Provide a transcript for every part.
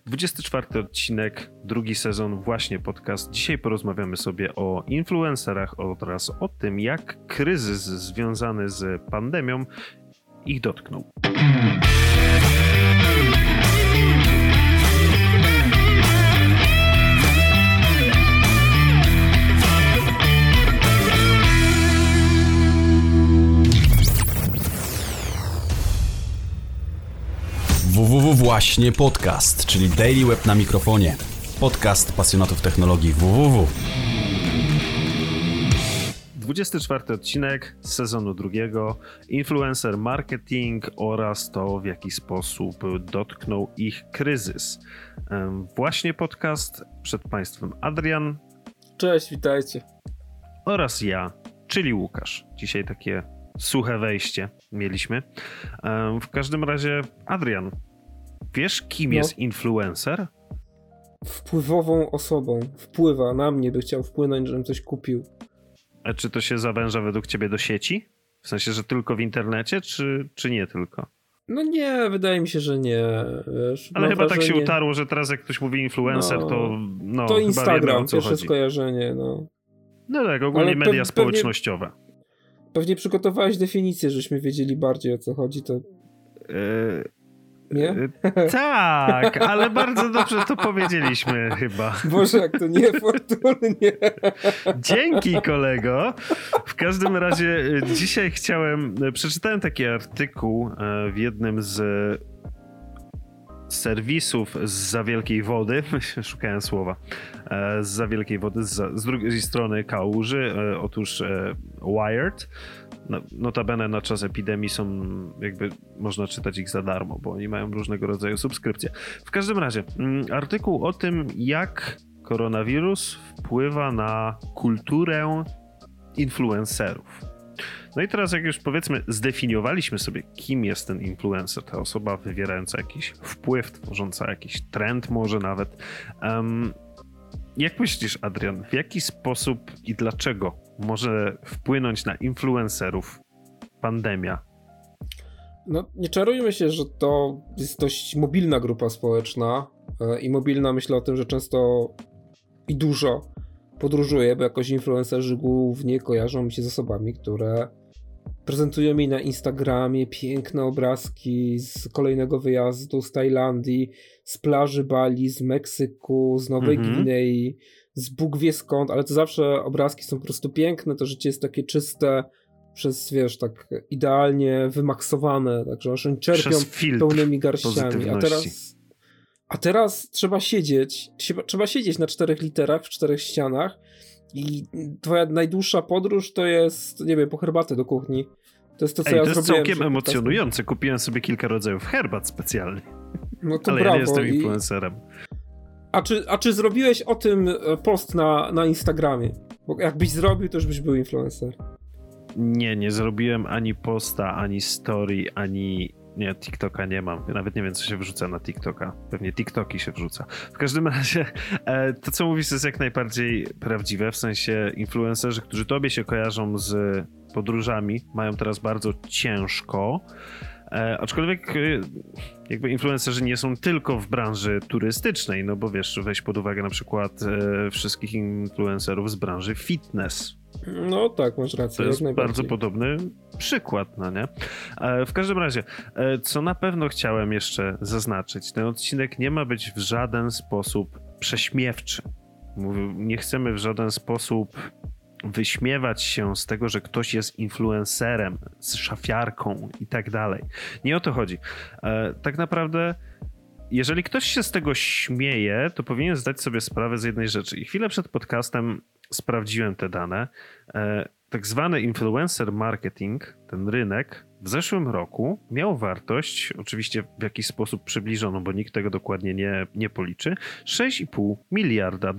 24 odcinek, drugi sezon, właśnie podcast. Dzisiaj porozmawiamy sobie o influencerach oraz o tym, jak kryzys związany z pandemią ich dotknął. Właśnie podcast, czyli Daily Web na mikrofonie. Podcast pasjonatów technologii www. 24 odcinek z sezonu drugiego. Influencer marketing oraz to, w jaki sposób dotknął ich kryzys. Właśnie podcast, przed Państwem Adrian. Cześć, witajcie. Oraz ja, czyli Łukasz. Dzisiaj takie suche wejście mieliśmy. W każdym razie, Adrian, wiesz, kim jest influencer? Wpływową osobą. Wpływa na mnie, by chciał wpłynąć, żebym coś kupił. A czy to się zawęża według ciebie do sieci? W sensie, że tylko w internecie, czy nie tylko? No nie, wydaje mi się, że nie. Wiesz, ale chyba tak się utarło, że teraz jak ktoś mówi influencer, to Instagram, pierwsze chodzi. Skojarzenie. No tak, ogólnie media społecznościowe. Pewnie przygotowałeś definicję, żeśmy wiedzieli bardziej, o co chodzi, to... Nie? Tak, ale bardzo dobrze to powiedzieliśmy chyba. Boże, jak to niefortunnie. Dzięki, kolego. W każdym razie dzisiaj przeczytałem taki artykuł w jednym z serwisów zza Wielkiej Wody, szukałem słowa, zza Wielkiej Wody, z drugiej strony kałuży, otóż Wired. Notabene na czas epidemii można czytać ich za darmo, bo oni mają różnego rodzaju subskrypcje. W każdym razie, artykuł o tym, jak koronawirus wpływa na kulturę influencerów. No i teraz jak już powiedzmy zdefiniowaliśmy sobie, kim jest ten influencer, ta osoba wywierająca jakiś wpływ, tworząca jakiś trend może nawet. Jak myślisz, Adrian, w jaki sposób i dlaczego może wpłynąć na influencerów pandemia? No nie czarujmy się, że to jest dość mobilna grupa społeczna i mobilna, myślę o tym, że często i dużo podróżuje, bo jakoś influencerzy głównie kojarzą mi się z osobami, które prezentują mi na Instagramie piękne obrazki z kolejnego wyjazdu z Tajlandii, z plaży Bali, z Meksyku, z Nowej Gwinei, z Bóg wie skąd, ale to zawsze obrazki są po prostu piękne, to życie jest takie czyste, tak idealnie wymaksowane, także oni czerpią pełnymi garściami. A teraz trzeba siedzieć na 4 literach, w 4 ścianach i twoja najdłuższa podróż to jest, nie wiem, po herbatę do kuchni. To jest to, co ja zrobiłem. To jest całkiem emocjonujące. Kupiłem sobie kilka rodzajów herbat specjalnie. No to ale brawo. Ja nie jestem influencerem. A czy zrobiłeś o tym post na Instagramie? Bo jakbyś zrobił, to już byś był influencer. Nie zrobiłem ani posta, ani story, ani... Nie, TikToka nie mam. Ja nawet nie wiem, co się wrzuca na TikToka. Pewnie TikToki się wrzuca. W każdym razie to, co mówisz, jest jak najbardziej prawdziwe. W sensie influencerzy, którzy tobie się kojarzą z podróżami, mają teraz bardzo ciężko. Aczkolwiek jakby influencerzy nie są tylko w branży turystycznej, no bo wiesz, weź pod uwagę na przykład wszystkich influencerów z branży fitness. No tak, masz rację. To jest bardzo podobny przykład, no nie? W każdym razie, co na pewno chciałem jeszcze zaznaczyć, ten odcinek nie ma być w żaden sposób prześmiewczy. Nie chcemy w żaden sposób wyśmiewać się z tego, że ktoś jest influencerem, z szafiarką i tak dalej. Nie o to chodzi. Tak naprawdę, jeżeli ktoś się z tego śmieje, to powinien zdać sobie sprawę z jednej rzeczy. I chwilę przed podcastem sprawdziłem te dane. Tak zwany influencer marketing, ten rynek, w zeszłym roku miał wartość, oczywiście w jakiś sposób przybliżoną, bo nikt tego dokładnie nie policzy, $6,5 miliarda.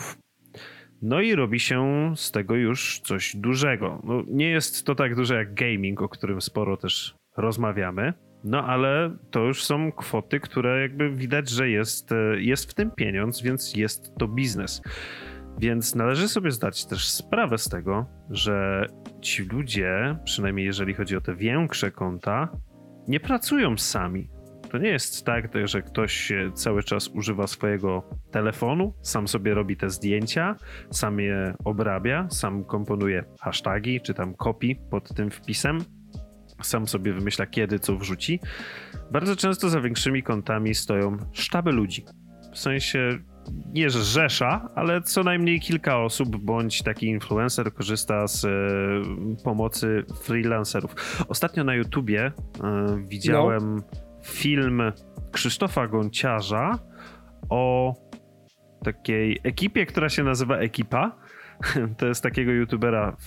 No i robi się z tego już coś dużego. No, nie jest to tak duże jak gaming, o którym sporo też rozmawiamy, no ale to już są kwoty, które jakby widać, że jest w tym pieniądz, więc jest to biznes. Więc należy sobie zdać też sprawę z tego, że ci ludzie, przynajmniej jeżeli chodzi o te większe konta, nie pracują sami. To nie jest tak, że ktoś cały czas używa swojego telefonu, sam sobie robi te zdjęcia, sam je obrabia, sam komponuje hasztagi, czy tam copy pod tym wpisem, sam sobie wymyśla kiedy, co wrzuci. Bardzo często za większymi kontami stoją sztaby ludzi. W sensie nie rzesza, ale co najmniej kilka osób, bądź taki influencer korzysta z pomocy freelancerów. Ostatnio na YouTubie widziałem film Krzysztofa Gonciarza o takiej ekipie, która się nazywa Ekipa. To jest takiego youtubera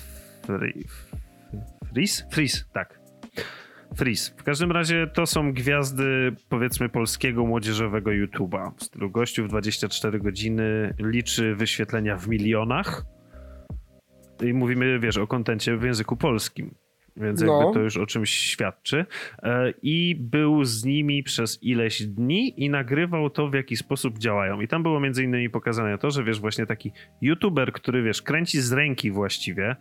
Freeze, tak. Freeze. W każdym razie to są gwiazdy, powiedzmy, polskiego młodzieżowego YouTube'a. W stylu gościu w 24 godziny liczy wyświetlenia w milionach. I mówimy, wiesz, o kontencie w języku polskim. Więc jakby to już o czymś świadczy. I był z nimi przez ileś dni i nagrywał to, w jaki sposób działają. I tam było między innymi pokazane to, że wiesz, właśnie taki YouTuber, który wiesz, kręci z ręki właściwie,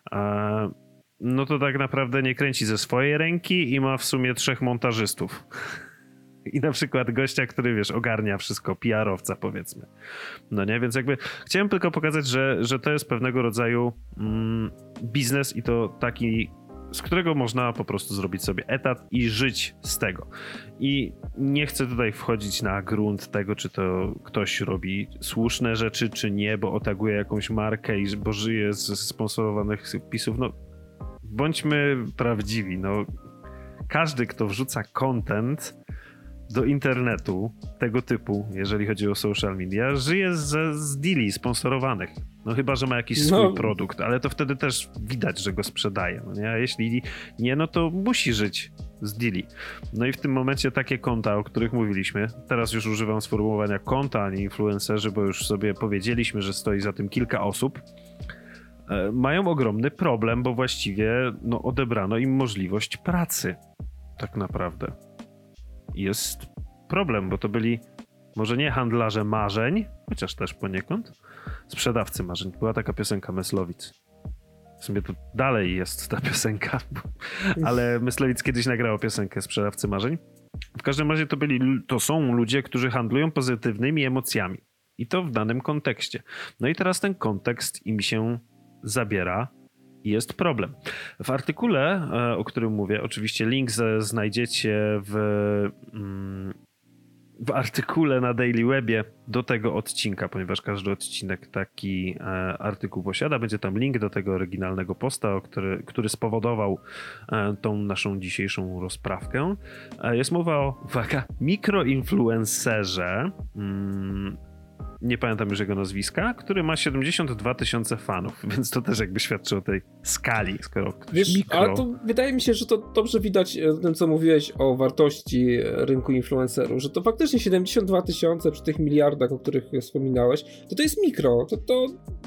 no to tak naprawdę nie kręci ze swojej ręki i ma w sumie 3 montażystów. I na przykład gościa, który wiesz, ogarnia wszystko, PR-owca powiedzmy. No nie, więc jakby chciałem tylko pokazać, że to jest pewnego rodzaju biznes i to taki, z którego można po prostu zrobić sobie etat i żyć z tego. I nie chcę tutaj wchodzić na grunt tego, czy to ktoś robi słuszne rzeczy, czy nie, bo otaguje jakąś markę i bo żyje z sponsorowanych wpisów. No bądźmy prawdziwi, no każdy, kto wrzuca content do internetu tego typu, jeżeli chodzi o social media, żyje z deali sponsorowanych. No chyba, że ma jakiś swój produkt, ale to wtedy też widać, że go sprzedaje. No nie? A jeśli nie, no to musi żyć z deali. No i w tym momencie takie konta, o których mówiliśmy, teraz już używam sformułowania konta, a nie influencerzy, bo już sobie powiedzieliśmy, że stoi za tym kilka osób, mają ogromny problem, bo właściwie no, odebrano im możliwość pracy. Tak naprawdę. Jest problem, bo to byli może nie handlarze marzeń, chociaż też poniekąd, sprzedawcy marzeń. Była taka piosenka Myslowic. W sumie to dalej jest ta piosenka, ale Myslowic kiedyś nagrał piosenkę Sprzedawcy marzeń. W każdym razie to są ludzie, którzy handlują pozytywnymi emocjami. I to w danym kontekście. No i teraz ten kontekst im się zabiera i jest problem. W artykule, o którym mówię, oczywiście link znajdziecie w artykule na Daily Webie do tego odcinka, ponieważ każdy odcinek taki artykuł posiada. Będzie tam link do tego oryginalnego posta, który spowodował tą naszą dzisiejszą rozprawkę. Jest mowa o, uwaga, mikroinfluencerze, nie pamiętam już jego nazwiska, który ma 72 000 fanów, więc to też jakby świadczy o tej skali, skoro ktoś wiesz, ale to wydaje mi się, że to dobrze widać w tym, co mówiłeś o wartości rynku influencerów, że to faktycznie 72 000 przy tych miliardach, o których wspominałeś, to jest mikro, to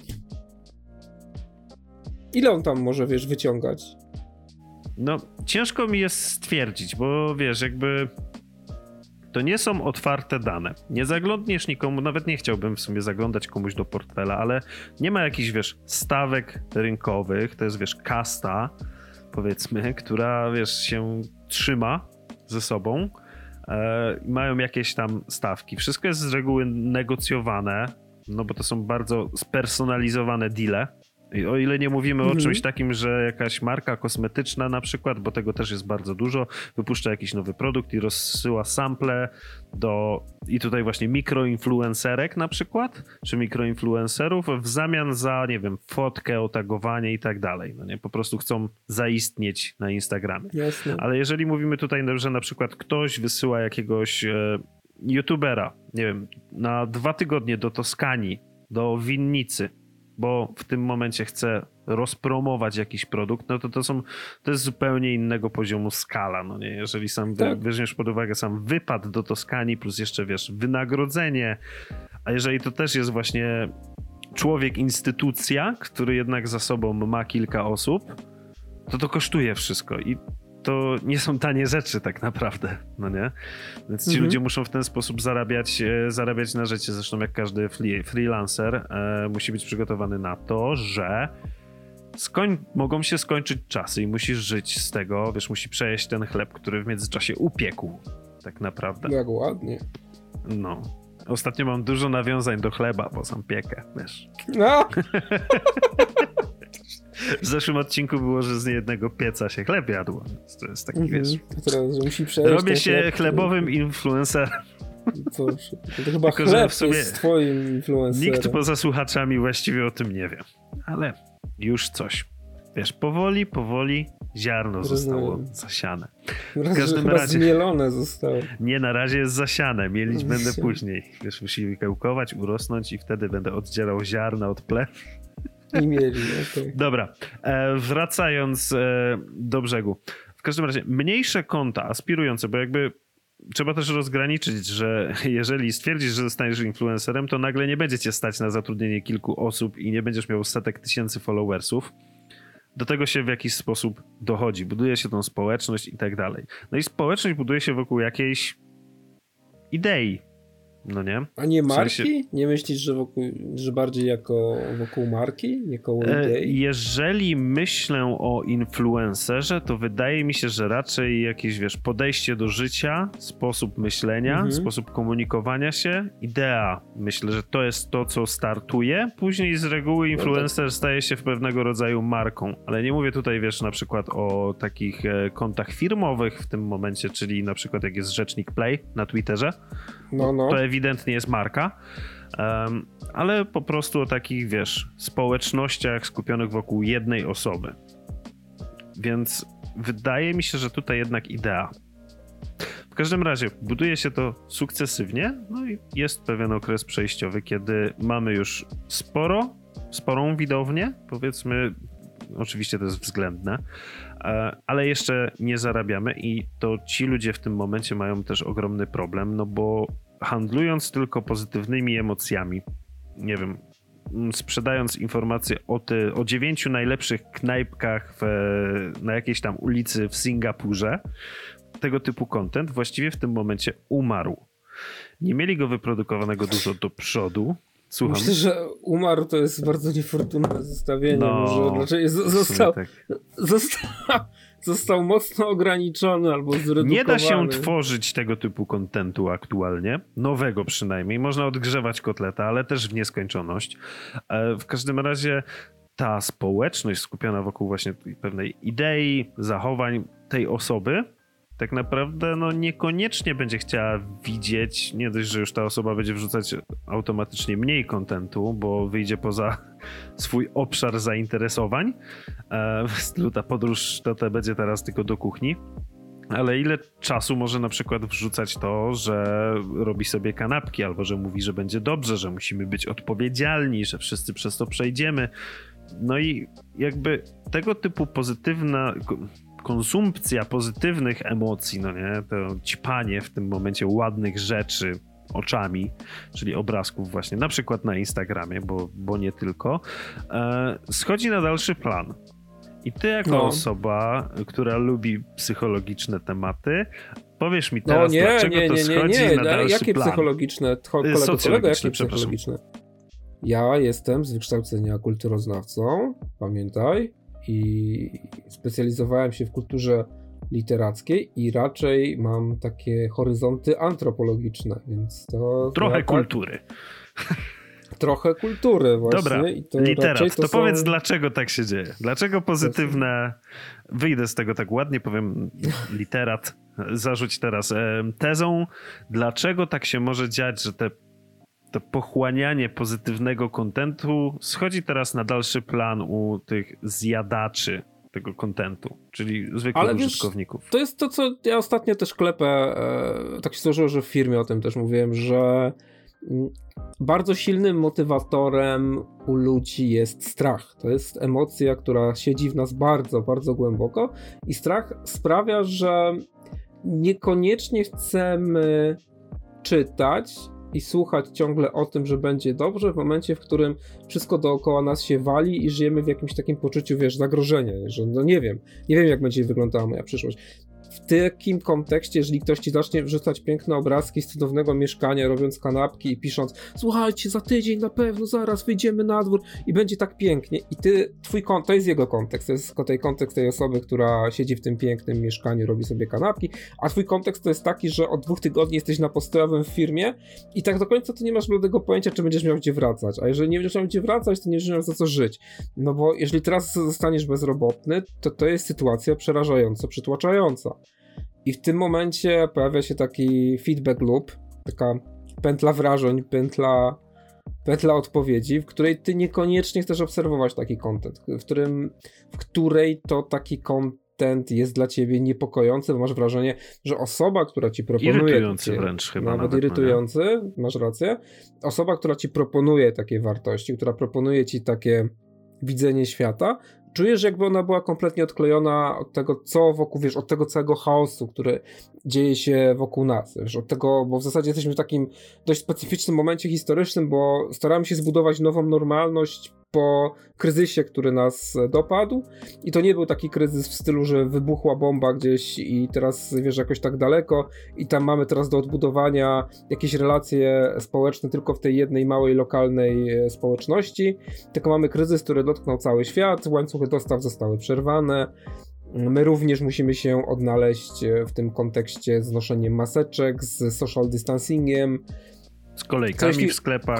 ile on tam może, wiesz, wyciągać? No, ciężko mi jest stwierdzić, bo wiesz, jakby to nie są otwarte dane. Nie zaglądniesz nikomu, nawet nie chciałbym w sumie zaglądać komuś do portfela, ale nie ma jakichś, wiesz, stawek rynkowych, to jest, wiesz, kasta, powiedzmy, która, wiesz, się trzyma ze sobą, mają jakieś tam stawki. Wszystko jest z reguły negocjowane, no bo to są bardzo spersonalizowane deale. I o ile nie mówimy o czymś takim, że jakaś marka kosmetyczna na przykład, bo tego też jest bardzo dużo, wypuszcza jakiś nowy produkt i rozsyła sample i tutaj właśnie mikroinfluencerek na przykład, czy mikroinfluencerów w zamian za, nie wiem, fotkę, otagowanie i tak dalej. No nie, po prostu chcą zaistnieć na Instagramie. Jasne. Ale jeżeli mówimy tutaj, że na przykład ktoś wysyła jakiegoś youtubera, nie wiem, na 2 tygodnie do Toskanii, do winnicy, bo w tym momencie chce rozpromować jakiś produkt, no to jest zupełnie innego poziomu skala, no nie? Jeżeli sam weźmiesz pod uwagę sam wypad do Toskanii plus jeszcze, wiesz, wynagrodzenie, a jeżeli to też jest właśnie człowiek, instytucja, który jednak za sobą ma kilka osób, to kosztuje wszystko i to nie są tanie rzeczy tak naprawdę, no nie? Więc ci ludzie muszą w ten sposób zarabiać na życie. Zresztą jak każdy freelancer musi być przygotowany na to, że mogą się skończyć czasy i musisz żyć z tego, wiesz, musi przejeść ten chleb, który w międzyczasie upiekł. tak naprawdę. Jak ładnie. No. Ostatnio mam dużo nawiązań do chleba, bo sam piekę, wiesz. No. W zeszłym odcinku było, że z niejednego pieca się chleb jadło. To jest taki, wiesz... To teraz, że musi przejść. Robię się chlebowym influencerem. To chyba tylko, chleb w sumie jest twoim influencerem. Nikt poza słuchaczami właściwie o tym nie wie. Ale już coś. Wiesz, powoli ziarno zostało zasiane. W każdym razie zmielone zostało. Nie, na razie jest zasiane. Mielić będę później. Wiesz, musi wykełkować, urosnąć i wtedy będę oddzielał ziarna od plew. I mieli, okay. Dobra, wracając do brzegu. W każdym razie mniejsze konta aspirujące, bo jakby trzeba też rozgraniczyć, że jeżeli stwierdzisz, że zostaniesz influencerem, to nagle nie będzie cię stać na zatrudnienie kilku osób i nie będziesz miał setek tysięcy followersów. Do tego się w jakiś sposób dochodzi. Buduje się tą społeczność i tak dalej. No i społeczność buduje się wokół jakiejś idei. No nie? A nie marki? Nie myślisz, że bardziej jako wokół marki? Nie koło idei? Jeżeli myślę o influencerze, to wydaje mi się, że raczej jakieś, wiesz, podejście do życia, sposób myślenia, sposób komunikowania się, idea. Myślę, że to jest to, co startuje. Później z reguły influencer staje się w pewnego rodzaju marką. Ale nie mówię tutaj, wiesz, na przykład o takich kontach firmowych w tym momencie, czyli na przykład jak jest Rzecznik Play na Twitterze. No. To ewidentnie jest marka, ale po prostu o takich, wiesz, społecznościach skupionych wokół jednej osoby. Więc wydaje mi się, że tutaj jednak idea. W każdym razie buduje się to sukcesywnie, no i jest pewien okres przejściowy, kiedy mamy już sporą widownię, powiedzmy, oczywiście to jest względne, ale jeszcze nie zarabiamy i to ci ludzie w tym momencie mają też ogromny problem, no bo handlując tylko pozytywnymi emocjami, nie wiem, sprzedając informacje o 9 najlepszych knajpkach na jakiejś tam ulicy w Singapurze, tego typu content właściwie w tym momencie umarł. Nie mieli go wyprodukowanego dużo do przodu. Słucham. Myślę, że umarł to jest bardzo niefortunne zestawienie. No, może znaczy został mocno ograniczony albo zredukowany. Nie da się tworzyć tego typu kontentu aktualnie, nowego przynajmniej. Można odgrzewać kotleta, ale też w nieskończoność. W każdym razie ta społeczność skupiona wokół właśnie pewnej idei, zachowań tej osoby tak naprawdę no niekoniecznie będzie chciała widzieć, nie dość, że już ta osoba będzie wrzucać automatycznie mniej kontentu, bo wyjdzie poza swój obszar zainteresowań. W stylu ta podróż to będzie teraz tylko do kuchni. Ale ile czasu może na przykład wrzucać to, że robi sobie kanapki, albo że mówi, że będzie dobrze, że musimy być odpowiedzialni, że wszyscy przez to przejdziemy. No i jakby tego typu pozytywna konsumpcja pozytywnych emocji, no nie, to ćpanie w tym momencie ładnych rzeczy oczami, czyli obrazków właśnie, na przykład na Instagramie, bo nie tylko, schodzi na dalszy plan. I ty jako osoba, która lubi psychologiczne tematy, powiesz mi teraz, dlaczego to schodzi na dalszy jakie plan. Psychologiczne? Jakie psychologiczne? Ja jestem z wykształcenia kulturoznawcą, pamiętaj, i specjalizowałem się w kulturze literackiej i raczej mam takie horyzonty antropologiczne, więc to... Trochę kultury. Trochę kultury właśnie. Dobra, i to literat, to powiedz, dlaczego tak się dzieje? Dlaczego pozytywne... Wyjdę z tego tak ładnie, powiem literat, zarzuć teraz tezą, dlaczego tak się może dziać, że to pochłanianie pozytywnego kontentu schodzi teraz na dalszy plan u tych zjadaczy tego kontentu, czyli zwykłych użytkowników. To jest to, co ja ostatnio też klepę, tak się złożyło, że w firmie o tym też mówiłem, że bardzo silnym motywatorem u ludzi jest strach. To jest emocja, która siedzi w nas bardzo, bardzo głęboko i strach sprawia, że niekoniecznie chcemy czytać i słuchać ciągle o tym, że będzie dobrze w momencie, w którym wszystko dookoła nas się wali i żyjemy w jakimś takim poczuciu, zagrożenia, że no nie wiem jak będzie wyglądała moja przyszłość. w takim kontekście, jeżeli ktoś ci zacznie wrzucać piękne obrazki z cudownego mieszkania, robiąc kanapki i pisząc, słuchajcie, za tydzień na pewno zaraz wyjdziemy na dwór i będzie tak pięknie. I to jest jego kontekst, to jest kontekst tej osoby, która siedzi w tym pięknym mieszkaniu, robi sobie kanapki, a twój kontekst to jest taki, że od 2 tygodni jesteś na postojowym w firmie i tak do końca ty nie masz bladego pojęcia, czy będziesz miał gdzie wracać, a jeżeli nie będziesz miał gdzie wracać, to nie będziesz miał za co żyć. No bo jeżeli teraz zostaniesz bezrobotny, to jest sytuacja przerażająco przytłaczająca. I w tym momencie pojawia się taki feedback loop, taka pętla wrażeń, pętla odpowiedzi, w której ty niekoniecznie chcesz obserwować taki content, w której to taki content jest dla ciebie niepokojący, bo masz wrażenie, że osoba, która ci proponuje... Irytujący wręcz chyba. Nawet irytujący, masz rację. Osoba, która ci proponuje takie wartości, która proponuje ci takie widzenie świata, czujesz, jakby ona była kompletnie odklejona od tego, co wokół, wiesz, od tego całego chaosu, który dzieje się wokół nas, wiesz, od tego, bo w zasadzie jesteśmy w takim dość specyficznym momencie historycznym, bo staramy się zbudować nową normalność po kryzysie, który nas dopadł i to nie był taki kryzys w stylu, że wybuchła bomba gdzieś i teraz, wiesz, jakoś tak daleko i tam mamy teraz do odbudowania jakieś relacje społeczne tylko w tej jednej małej, lokalnej społeczności, tylko mamy kryzys, który dotknął cały świat, łańcuchy dostaw zostały przerwane. My również musimy się odnaleźć w tym kontekście z noszeniem maseczek, z social distancingiem, z kolejkami w sklepach.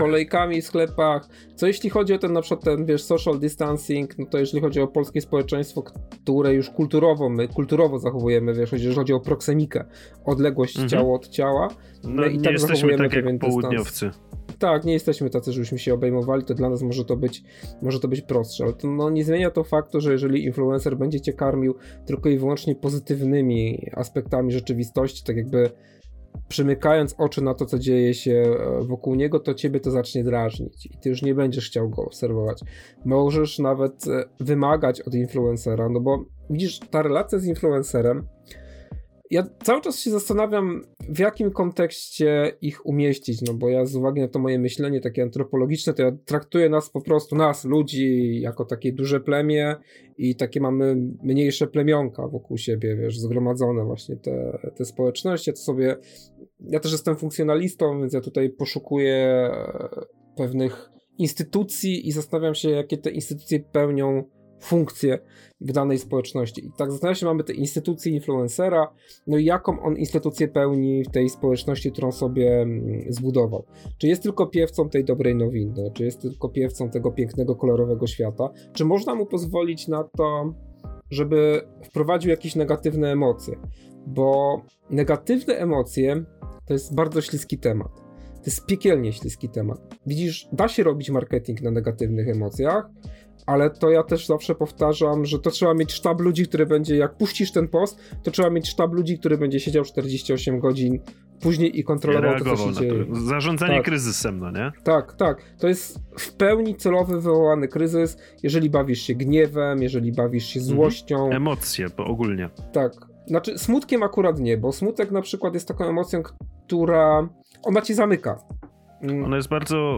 Co jeśli chodzi o ten na przykład ten, wiesz, social distancing, no to jeżeli chodzi o polskie społeczeństwo, które już kulturowo zachowujemy, wiesz, jeżeli chodzi o proksemikę, odległość ciało od ciała, no i nie tak jesteśmy tak jak południowcy. Tak, nie jesteśmy tacy, żebyśmy się obejmowali, to dla nas może to być prostsze, ale to no, nie zmienia to faktu, że jeżeli influencer będzie cię karmił tylko i wyłącznie pozytywnymi aspektami rzeczywistości, tak jakby przymykając oczy na to, co dzieje się wokół niego, to ciebie to zacznie drażnić i ty już nie będziesz chciał go obserwować. Możesz nawet wymagać od influencera, no bo widzisz, ta relacja z influencerem, ja cały czas się zastanawiam, w jakim kontekście ich umieścić, no bo ja z uwagi na to moje myślenie takie antropologiczne, to ja traktuję nas po prostu, ludzi, jako takie duże plemię i takie mamy mniejsze plemionka wokół siebie, wiesz, zgromadzone właśnie te społeczności. Ja też jestem funkcjonalistą, więc ja tutaj poszukuję pewnych instytucji i zastanawiam się, jakie te instytucje pełnią funkcje w danej społeczności. I tak zastanawiam się, mamy te instytucje influencera, no i jaką on instytucję pełni w tej społeczności, którą sobie zbudował. Czy jest tylko piewcą tej dobrej nowiny, czy jest tylko piewcą tego pięknego, kolorowego świata, czy można mu pozwolić na to, żeby wprowadził jakieś negatywne emocje, bo negatywne emocje to jest bardzo śliski temat. To jest piekielnie śliski temat. Widzisz, da się robić marketing na negatywnych emocjach, ale to ja też zawsze powtarzam, że to trzeba mieć sztab ludzi, który będzie, jak puścisz ten post, to trzeba mieć sztab ludzi, który będzie siedział 48 godzin później i kontrolował to, co się dzieje. Zarządzanie kryzysem, no nie? Tak. To jest w pełni celowy wywołany kryzys, jeżeli bawisz się gniewem, jeżeli bawisz się złością. Emocje, bo ogólnie. Tak. Znaczy smutkiem akurat nie, bo smutek na przykład jest taką emocją, która... Ona cię zamyka. Ona jest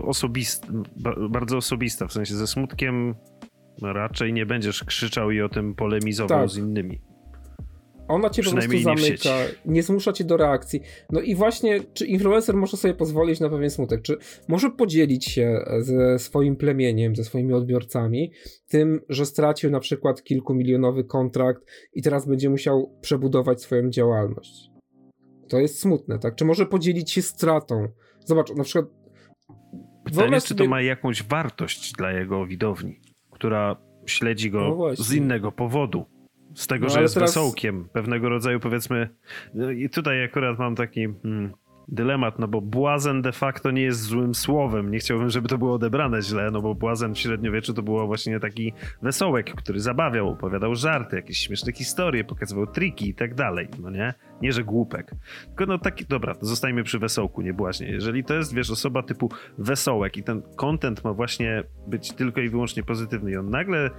bardzo osobista, w sensie ze smutkiem raczej nie będziesz krzyczał i o tym polemizował z innymi. Ona cię po prostu zamyka, nie zmusza cię do reakcji. No i właśnie, czy influencer może sobie pozwolić na pewien smutek? Czy może podzielić się ze swoim plemieniem, ze swoimi odbiorcami tym, że stracił na przykład kilkumilionowy kontrakt i teraz będzie musiał przebudować swoją działalność? To jest smutne, tak? Czy może podzielić się stratą? Zobacz, na przykład... Pytanie, czy to ma jakąś wartość dla jego widowni, która śledzi go z innego powodu. Z tego, że jest wesołkiem, pewnego rodzaju, powiedzmy... I tutaj akurat mam taki dylemat, no bo błazen de facto nie jest złym słowem. Nie chciałbym, żeby to było odebrane źle, no bo błazen w średniowieczu to było właśnie taki wesołek, który zabawiał, opowiadał żarty, jakieś śmieszne historie, pokazywał triki i tak dalej, no nie? Nie, że głupek. Tylko no taki, dobra, to zostańmy przy wesołku, nie błaźnie. Jeżeli to jest, wiesz, osoba typu wesołek i ten content ma właśnie być tylko i wyłącznie pozytywny i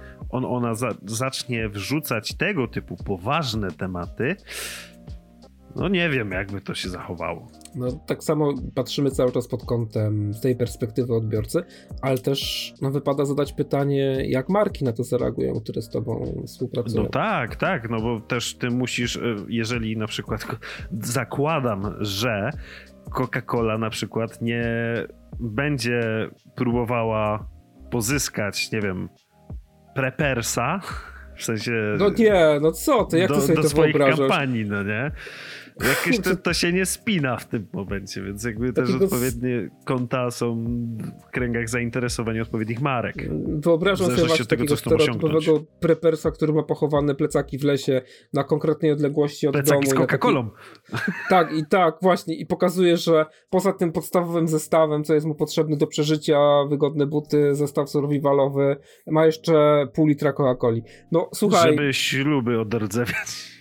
ona zacznie wrzucać tego typu poważne tematy, no nie wiem, jakby to się zachowało. No tak samo patrzymy cały czas pod kątem z tej perspektywy odbiorcy, ale też wypada zadać pytanie, jak marki na to zareagują, które z tobą współpracują. No tak, no bo też ty musisz, jeżeli na przykład zakładam, że Coca-Cola na przykład nie będzie próbowała pozyskać, nie wiem, Prepersa, w sensie... No nie, no co ty, jak ty sobie do to swoich wyobrażasz? kampanii, no nie? Jakieś to się nie spina w tym momencie, więc jakby też Takiego odpowiednie konta są w kręgach zainteresowań odpowiednich marek. Wyobrażam sobie właśnie od tego, takiego co chcą stereotypowego prepersa, który ma pochowane plecaki w lesie na konkretnej odległości od Plecaki domu. z Coca-Colą. Tak, właśnie. I pokazuje, że poza tym podstawowym zestawem, co jest mu potrzebny do przeżycia, wygodne buty, zestaw survivalowy, ma jeszcze pół litra Coca-Coli. No słuchaj... Żeby śluby odrdzewiać.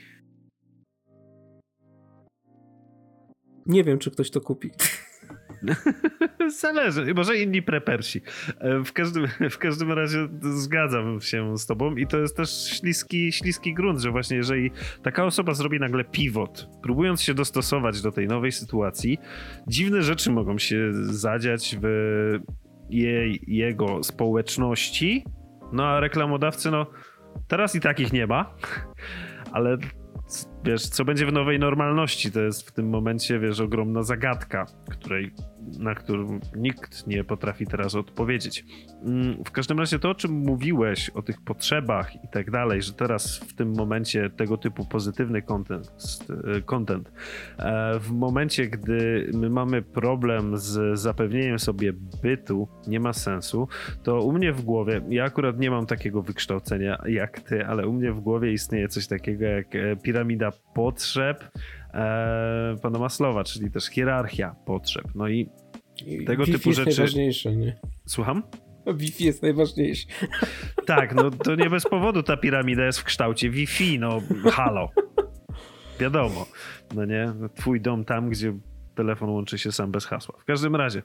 Nie wiem, czy ktoś to kupi. Zależy, może inni prepersi. W każdym razie zgadzam się z tobą i to jest też śliski grunt, że właśnie jeżeli taka osoba zrobi nagle pivot, próbując się dostosować do tej nowej sytuacji, dziwne rzeczy mogą się zadziać w jego społeczności, no a reklamodawcy, no teraz i takich nie ma, ale wiesz, co będzie w nowej normalności, to jest w tym momencie, wiesz, ogromna zagadka, na którą nikt nie potrafi teraz odpowiedzieć. W każdym razie to, o czym mówiłeś, o tych potrzebach i tak dalej, że teraz w tym momencie tego typu pozytywny content, w momencie, gdy my mamy problem z zapewnieniem sobie bytu, nie ma sensu, to u mnie w głowie, ja akurat nie mam takiego wykształcenia jak ty, ale u mnie w głowie istnieje coś takiego jak piramida potrzeb pana Maslowa, czyli też hierarchia potrzeb. No i tego Wi-Fi typu jest rzeczy... najważniejsze, nie? Słucham? Wi-Fi jest najważniejsze. Tak, no to nie bez powodu ta piramida jest w kształcie Wi-Fi, no halo. Wiadomo, no nie? Twój dom tam, gdzie telefon łączy się sam bez hasła. W każdym razie,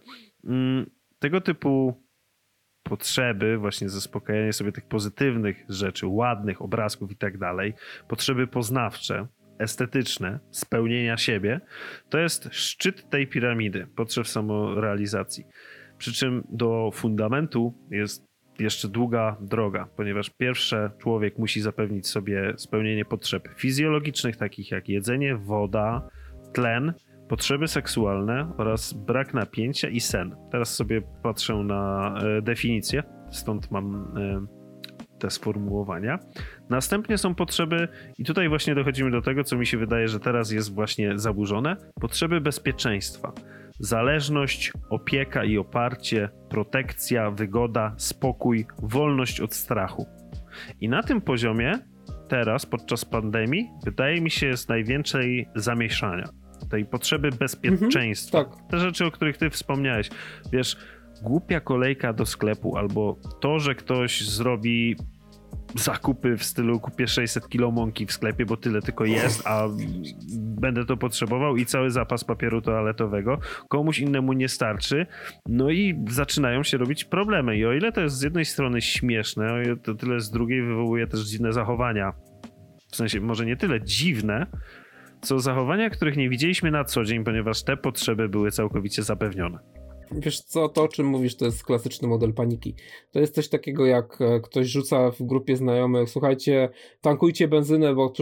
tego typu potrzeby, właśnie zaspokajanie sobie tych pozytywnych rzeczy, ładnych obrazków i tak dalej, potrzeby poznawcze, estetyczne, spełnienia siebie, to jest szczyt tej piramidy potrzeb samorealizacji. Przy czym do fundamentu jest jeszcze długa droga, ponieważ pierwsze człowiek musi zapewnić sobie spełnienie potrzeb fizjologicznych, takich jak jedzenie, woda, tlen, potrzeby seksualne oraz brak napięcia i sen. Teraz sobie patrzę na definicję, stąd mam te sformułowania. Następnie są potrzeby, i tutaj właśnie dochodzimy do tego, co mi się wydaje, że teraz jest właśnie zaburzone, potrzeby bezpieczeństwa. Zależność, opieka i oparcie, protekcja, wygoda, spokój, wolność od strachu. I na tym poziomie teraz, podczas pandemii, wydaje mi się, jest najwięcej zamieszania. Tej potrzeby bezpieczeństwa. Tak. Te rzeczy, o których ty wspomniałeś. Wiesz, głupia kolejka do sklepu albo to, że ktoś zrobi zakupy w stylu kupię 600 kilo mąki w sklepie, bo tyle tylko jest, a będę to potrzebował i cały zapas papieru toaletowego komuś innemu nie starczy, no i zaczynają się robić problemy i o ile to jest z jednej strony śmieszne, o ile to tyle z drugiej wywołuje też dziwne zachowania, w sensie może nie tyle dziwne, co zachowania, których nie widzieliśmy na co dzień, ponieważ te potrzeby były całkowicie zapewnione. Wiesz co, to o czym mówisz, to jest klasyczny model paniki. To jest coś takiego, jak ktoś rzuca w grupie znajomych, słuchajcie, tankujcie benzynę, bo od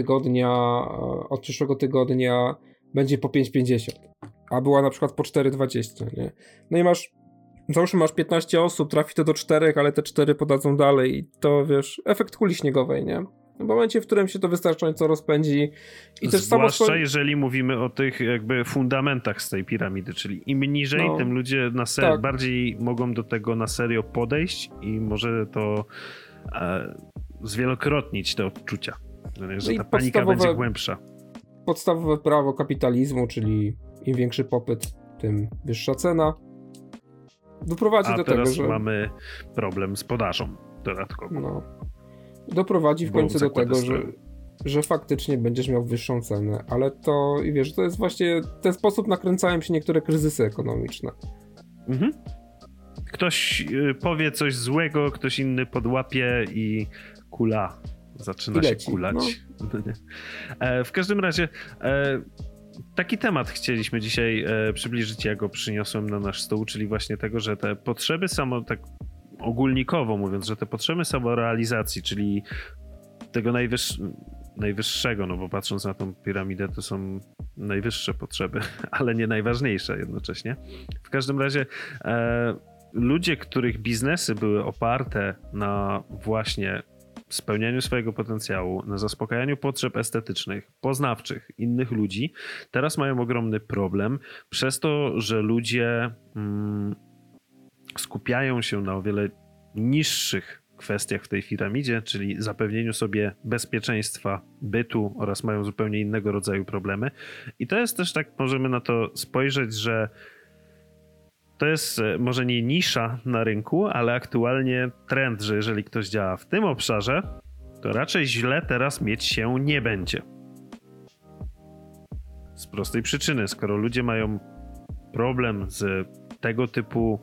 przyszłego tygodnia będzie po 5,50, a była na przykład po 4,20, nie? No i załóżmy masz 15 osób, trafi to do 4, ale te 4 podadzą dalej i to, wiesz, efekt kuli śniegowej, nie? W momencie, w którym się to wystarczająco rozpędzi i też zwłaszcza jeżeli mówimy o tych jakby fundamentach z tej piramidy, czyli im niżej, tym ludzie bardziej mogą do tego na serio podejść i może to zwielokrotnić te odczucia, że ta panika będzie głębsza. Podstawowe prawo kapitalizmu, czyli im większy popyt, tym wyższa cena. Doprowadzi do tego, że... mamy problem z podażą dodatkowo. Doprowadzi w końcu do tego, że faktycznie będziesz miał wyższą cenę, ale to, i wiesz, to jest właśnie ten sposób nakręcają się niektóre kryzysy ekonomiczne. Mhm. Ktoś powie coś złego, ktoś inny podłapie i kula zaczyna się kulać. No. W każdym razie taki temat chcieliśmy dzisiaj przybliżyć, ja go przyniosłem na nasz stół, czyli właśnie tego, że te potrzeby tak ogólnikowo mówiąc, że te potrzeby samorealizacji, czyli tego najwyższego, no bo patrząc na tą piramidę, to są najwyższe potrzeby, ale nie najważniejsze jednocześnie. W każdym razie ludzie, których biznesy były oparte na właśnie spełnianiu swojego potencjału, na zaspokajaniu potrzeb estetycznych, poznawczych innych ludzi, teraz mają ogromny problem przez to, że ludzie skupiają się na o wiele niższych kwestiach w tej piramidzie, czyli zapewnieniu sobie bezpieczeństwa bytu oraz mają zupełnie innego rodzaju problemy. I to jest też tak, możemy na to spojrzeć, że to jest może nie nisza na rynku, ale aktualnie trend, że jeżeli ktoś działa w tym obszarze, to raczej źle teraz mieć się nie będzie. Z prostej przyczyny, skoro ludzie mają problem z tego typu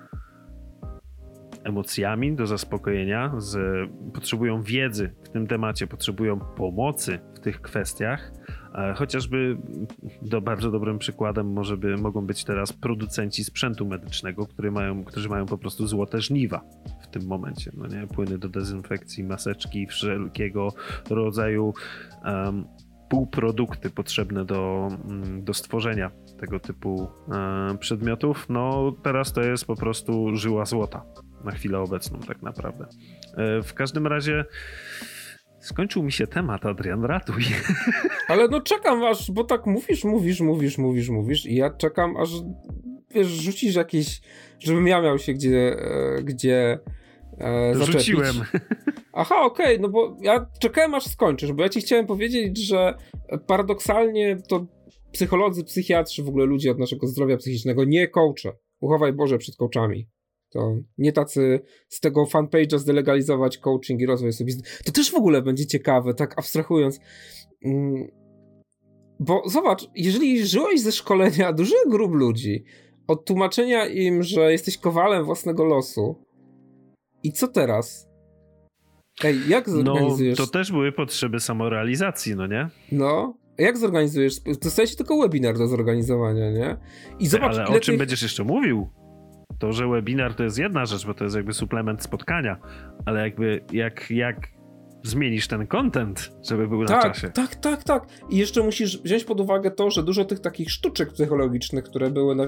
emocjami do zaspokojenia, potrzebują wiedzy w tym temacie, potrzebują pomocy w tych kwestiach. Chociażby bardzo dobrym przykładem mogą być teraz producenci sprzętu medycznego, którzy mają po prostu złote żniwa w tym momencie. No nie? Płyny do dezynfekcji, maseczki, wszelkiego rodzaju półprodukty potrzebne do stworzenia tego typu przedmiotów. No teraz to jest po prostu żyła złota na chwilę obecną tak naprawdę. W każdym razie skończył mi się temat, Adrian, ratuj. Ale no czekam aż, bo tak mówisz i ja czekam aż, wiesz, rzucisz jakieś, żebym ja miał się gdzie zaczepić. Rzuciłem. Aha, okej, no bo ja czekałem aż skończysz, bo ja ci chciałem powiedzieć, że paradoksalnie to psycholodzy, psychiatrzy, w ogóle ludzie od naszego zdrowia psychicznego, nie coache. Uchowaj Boże przed coachami. To nie tacy z tego fanpage'a zdelegalizować coaching i rozwój osobisty. To też w ogóle będzie ciekawe, tak abstrahując. Bo zobacz, jeżeli żyłeś ze szkolenia dużych grup ludzi, od tłumaczenia im, że jesteś kowalem własnego losu, i co teraz? Ej, jak zorganizujesz? No, to też były potrzeby samorealizacji, no nie? No, jak zorganizujesz? Dostajesz tylko webinar do zorganizowania, nie? I zobacz, ale o czym będziesz jeszcze mówił? To, że webinar to jest jedna rzecz, bo to jest jakby suplement spotkania, ale jakby jak zmienisz ten content, żeby był na czasie. Tak. I jeszcze musisz wziąć pod uwagę to, że dużo tych takich sztuczek psychologicznych, które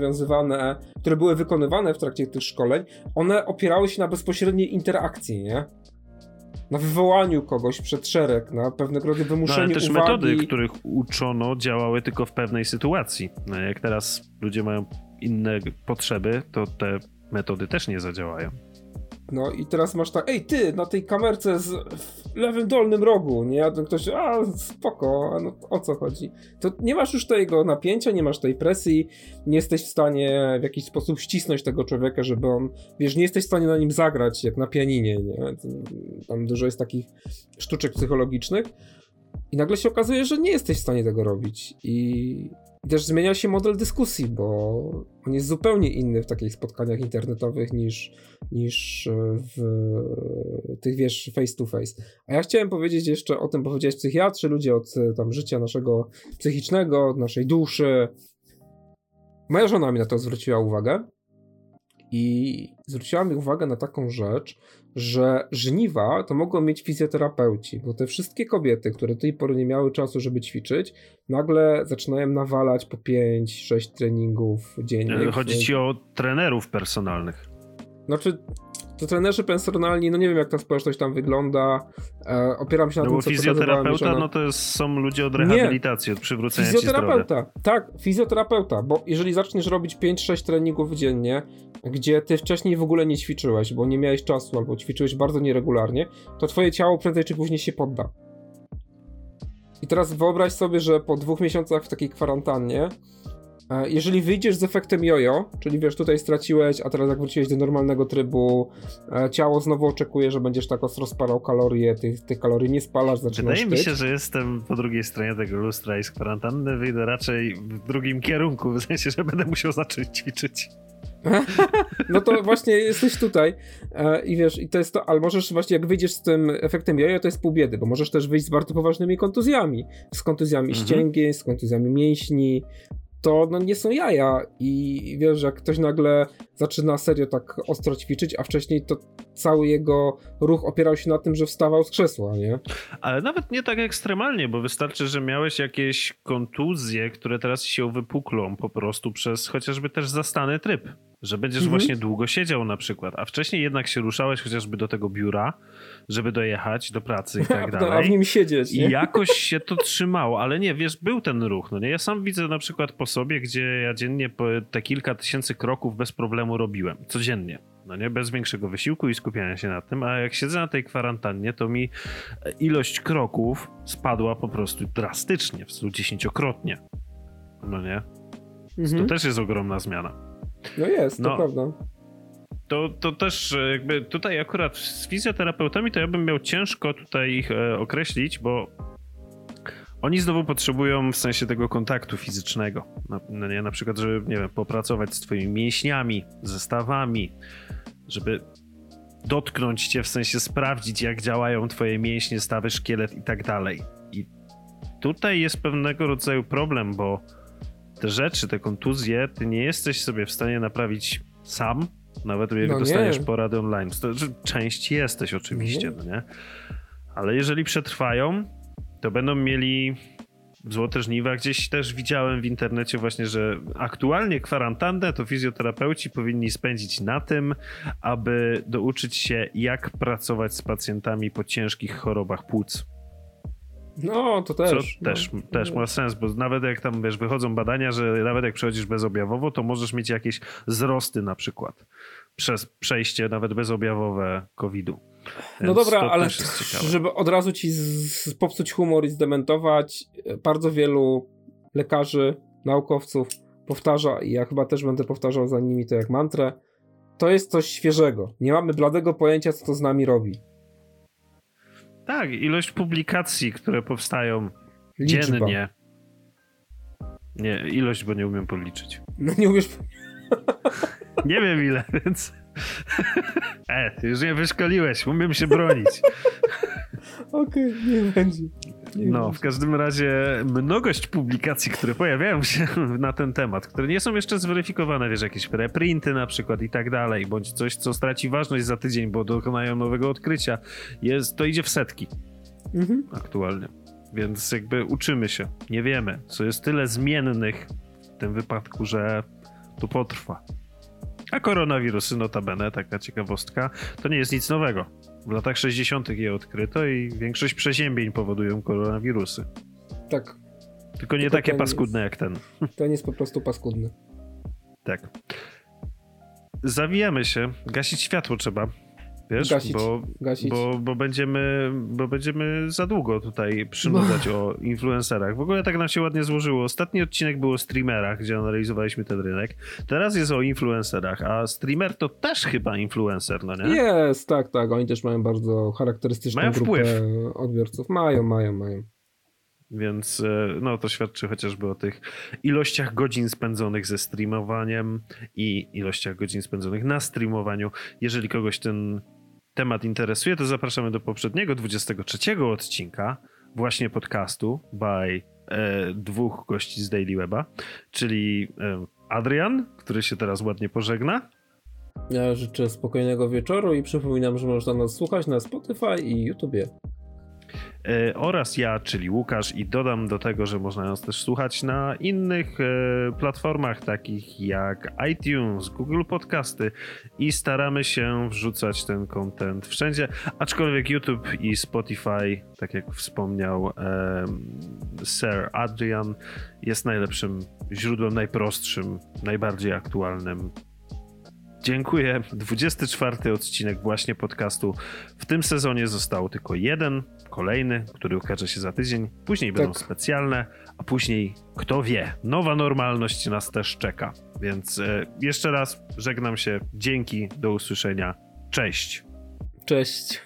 były wykonywane w trakcie tych szkoleń, one opierały się na bezpośredniej interakcji, nie? Na wywołaniu kogoś przed szereg, na pewnego rodzaju wymuszeniu ale też uwagi. metody, których uczono, działały tylko w pewnej sytuacji. No, jak teraz ludzie mają inne potrzeby, to te metody też nie zadziałają. No i teraz masz tak, ej ty, na tej kamerce w lewym dolnym rogu, nie? A ktoś, spoko, no o co chodzi? To nie masz już tego napięcia, nie masz tej presji, nie jesteś w stanie w jakiś sposób ścisnąć tego człowieka, żeby on, wiesz, nie jesteś w stanie na nim zagrać, jak na pianinie, nie? Tam dużo jest takich sztuczek psychologicznych i nagle się okazuje, że nie jesteś w stanie tego robić i też zmienia się model dyskusji, bo on jest zupełnie inny w takich spotkaniach internetowych niż w tych, wiesz, face to face. A ja chciałem powiedzieć jeszcze o tym, bo powiedziałeś psychiatrzy, ludzie od tam życia naszego psychicznego, od naszej duszy. Moja żona mi na to zwróciła uwagę i zwróciła mi uwagę na taką rzecz, że żniwa to mogą mieć fizjoterapeuci, bo te wszystkie kobiety, które do tej pory nie miały czasu, żeby ćwiczyć, nagle zaczynają nawalać po 5-6 treningów dziennie. Chodzi ci o trenerów personalnych. Znaczy, to trenerzy personalni, no nie wiem jak ta społeczność tam wygląda, opieram się na tym, co fizjoterapeuta, no to są ludzie od rehabilitacji, od przywrócenia ci zdrowia. Tak, fizjoterapeuta, bo jeżeli zaczniesz robić 5-6 treningów dziennie, gdzie ty wcześniej w ogóle nie ćwiczyłeś, bo nie miałeś czasu, albo ćwiczyłeś bardzo nieregularnie, to twoje ciało prędzej czy później się podda. I teraz wyobraź sobie, że po 2 miesiącach w takiej kwarantannie, jeżeli wyjdziesz z efektem jojo, czyli wiesz, tutaj straciłeś, a teraz jak wróciłeś do normalnego trybu, ciało znowu oczekuje, że będziesz tak ostro spalał kalorie, tych kalorii nie spalasz, zaczynasz Wydaje mi się, że jestem po drugiej stronie tego lustra i z kwarantanny wyjdę raczej w drugim kierunku, w sensie, że będę musiał zacząć ćwiczyć. No to właśnie jesteś tutaj i wiesz, i to jest to, ale możesz właśnie, jak wyjdziesz z tym efektem jojo, to jest pół biedy, bo możesz też wyjść z bardzo poważnymi kontuzjami. Z kontuzjami ścięgien, z kontuzjami mięśni. To no, nie są jaja i wiesz, jak ktoś nagle zaczyna serio tak ostro ćwiczyć, a wcześniej to cały jego ruch opierał się na tym, że wstawał z krzesła, nie? Ale nawet nie tak ekstremalnie, bo wystarczy, że miałeś jakieś kontuzje, które teraz się wypuklą po prostu przez chociażby też zastany tryb, że będziesz właśnie długo siedział na przykład, a wcześniej jednak się ruszałeś chociażby do tego biura, żeby dojechać do pracy i tak dalej. A w nim siedzieć, nie? I jakoś się to trzymało, ale nie, wiesz, był ten ruch, no nie? Ja sam widzę na przykład po sobie, gdzie ja dziennie te kilka tysięcy kroków bez problemu robiłem, codziennie. No nie, bez większego wysiłku i skupiania się na tym, a jak siedzę na tej kwarantannie, to mi ilość kroków spadła po prostu drastycznie, w stylu 10-krotnie. No nie? To też jest ogromna zmiana. No jest, to prawda. To też jakby tutaj akurat z fizjoterapeutami to ja bym miał ciężko tutaj ich określić, bo oni znowu potrzebują w sensie tego kontaktu fizycznego. No nie, na przykład, żeby, nie wiem, popracować z twoimi mięśniami, zestawami, żeby dotknąć cię, w sensie sprawdzić, jak działają twoje mięśnie, stawy, szkielet i tak dalej. I tutaj jest pewnego rodzaju problem, bo te rzeczy, te kontuzje, ty nie jesteś sobie w stanie naprawić sam, nawet jak dostaniesz porady online. Część jesteś oczywiście, no nie? Ale jeżeli przetrwają, to będą mieli złote żniwa. Gdzieś też widziałem w internecie właśnie, że aktualnie kwarantannę to fizjoterapeuci powinni spędzić na tym, aby douczyć się, jak pracować z pacjentami po ciężkich chorobach płuc. No, to też. Co też ma sens, bo nawet jak tam, wiesz, wychodzą badania, że nawet jak przechodzisz bezobjawowo, to możesz mieć jakieś wzrosty na przykład przez przejście nawet bezobjawowe COVID-u. No dobra, ale żeby od razu ci popsuć humor i zdementować, bardzo wielu lekarzy, naukowców powtarza, i ja chyba też będę powtarzał za nimi to jak mantrę, to jest coś świeżego. Nie mamy bladego pojęcia, co to z nami robi. Tak, ilość publikacji, które powstają Liczba. dziennie. Nie, ilość, bo nie umiem policzyć. No nie umiesz... Nie wiem ile, więc... już mnie wyszkoliłeś, umiem się bronić. Okej, nie będzie. W każdym razie mnogość publikacji, które pojawiają się na ten temat, które nie są jeszcze zweryfikowane, wiesz, jakieś preprinty na przykład i tak dalej, bądź coś, co straci ważność za tydzień, bo dokonają nowego odkrycia, to idzie w setki aktualnie. Więc jakby uczymy się, nie wiemy, co jest tyle zmiennych w tym wypadku, że to potrwa. A koronawirusy, notabene, taka ciekawostka, to nie jest nic nowego. W latach 60. je odkryto i większość przeziębień powodują koronawirusy. Tak. Tylko nie takie paskudne jak ten. Ten jest po prostu paskudny. Tak. Zawijamy się. Gasić światło trzeba. Wiesz? Gasić. Bo będziemy za długo tutaj przynudzać o influencerach. W ogóle tak nam się ładnie złożyło. Ostatni odcinek był o streamerach, gdzie analizowaliśmy ten rynek. Teraz jest o influencerach, a streamer to też chyba influencer, no nie? Jest, tak. Oni też mają bardzo charakterystyczną grupę odbiorców. Mają. Więc to świadczy chociażby o tych ilościach godzin spędzonych ze streamowaniem i ilościach godzin spędzonych na streamowaniu. Jeżeli kogoś ten temat interesuje, to zapraszamy do poprzedniego 23 odcinka właśnie podcastu by dwóch gości z Daily Weba, czyli Adrian, który się teraz ładnie pożegna. Ja życzę spokojnego wieczoru i przypominam, że można nas słuchać na Spotify i YouTubie. Oraz ja, czyli Łukasz, i dodam do tego, że można nas też słuchać na innych platformach takich jak iTunes, Google Podcasty i staramy się wrzucać ten content wszędzie, aczkolwiek YouTube i Spotify, tak jak wspomniał Sir Adrian, jest najlepszym źródłem, najprostszym, najbardziej aktualnym. Dziękuję. 24 odcinek właśnie podcastu. W tym sezonie został tylko jeden, kolejny, który ukaże się za tydzień. Później będą specjalne, a później, kto wie, nowa normalność nas też czeka. Więc jeszcze raz żegnam się. Dzięki, do usłyszenia. Cześć. Cześć.